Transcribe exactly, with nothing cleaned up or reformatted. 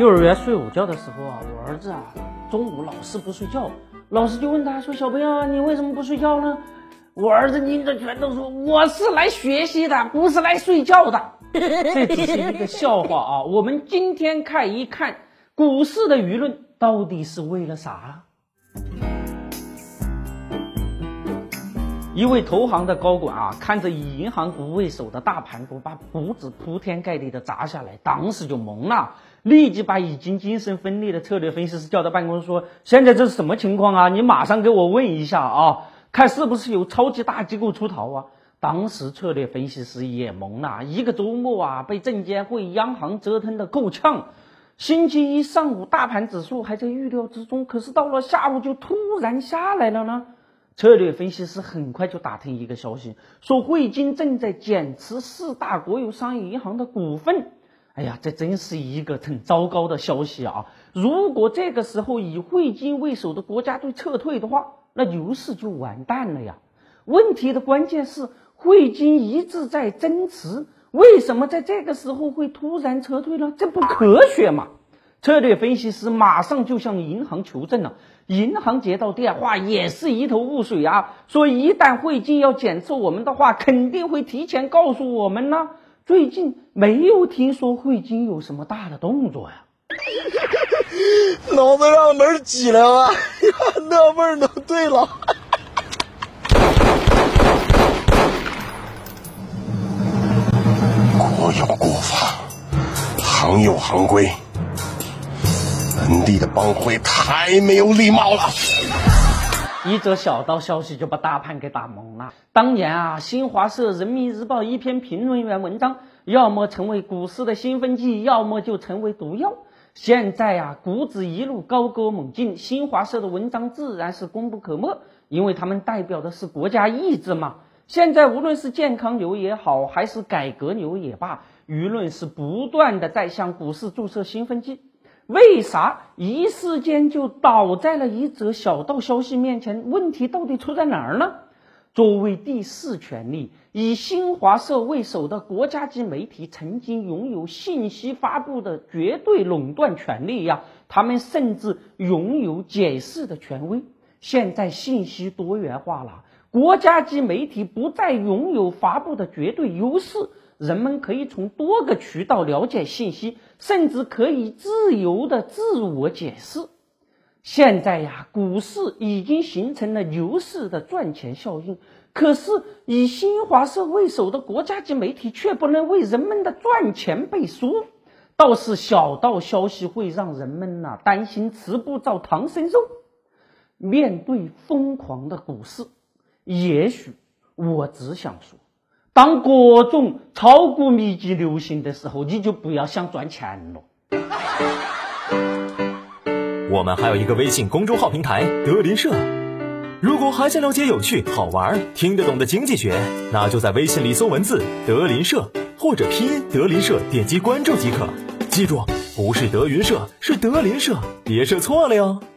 幼儿园睡午觉的时候啊，我儿子啊中午老是不睡觉，老师就问他说：“小朋友啊，你为什么不睡觉呢？”我儿子拧着拳头说：“我是来学习的，不是来睡觉的。”这只是一个笑话啊！我们今天看一看股市的舆论到底是为了啥？一位投行的高管啊，看着以银行股为首的大盘股把股指铺天盖地的砸下来，当时就懵了，立即把已经精神分裂的策略分析师叫到办公室说：“现在这是什么情况啊？你马上给我问一下啊，看是不是有超级大机构出逃啊？”当时策略分析师也懵了，一个周末啊，被证监会、央行折腾得够呛。星期一上午大盘指数还在预料之中，可是到了下午就突然下来了呢。策略分析师很快就打听一个消息，说汇金正在减持四大国有商业银行的股份。哎呀，这真是一个很糟糕的消息啊！如果这个时候以汇金为首的国家队撤退的话，那牛市就完蛋了呀。问题的关键是汇金一直在增持，为什么在这个时候会突然撤退呢？这不科学嘛！策略分析师马上就向银行求证了，银行接到电话也是一头雾水啊，说一旦汇金要检测我们的话，肯定会提前告诉我们呢。最近没有听说汇金有什么大的动作呀。 脑子让门挤了啊，那味儿都对了。 国有国法，行有行规，本地的帮会太没有礼貌了。 一则小道消息就把大盘给打懵了。当年啊，新华社、人民日报一篇评论员文章，要么成为股市的兴奋剂，要么就成为毒药。现在啊，股指一路高歌猛进，新华社的文章自然是功不可没，因为他们代表的是国家意志嘛。现在无论是健康牛也好，还是改革牛也罢，舆论是不断的在向股市注射兴奋剂。为啥一时间就倒在了一则小道消息面前？问题到底出在哪儿呢？作为第四权力，以新华社为首的国家级媒体曾经拥有信息发布的绝对垄断权利呀，他们甚至拥有解释的权威。现在信息多元化了，国家级媒体不再拥有发布的绝对优势，人们可以从多个渠道了解信息，甚至可以自由的自我解释。现在呀，股市已经形成了牛市的赚钱效应，可是以新华社为首的国家级媒体却不能为人们的赚钱背书，倒是小道消息会让人们啊担心吃不着唐僧肉。面对疯狂的股市，也许我只想说，当各种炒股秘籍流行的时候，你就不要想赚钱了。 我们还有一个微信公众号平台德林社，如果还想了解有趣好玩听得懂的经济学，那就在微信里搜文字德林社或者拼音德林社，点击关注即可。记住，不是德云社，是德林社，别设错了哟。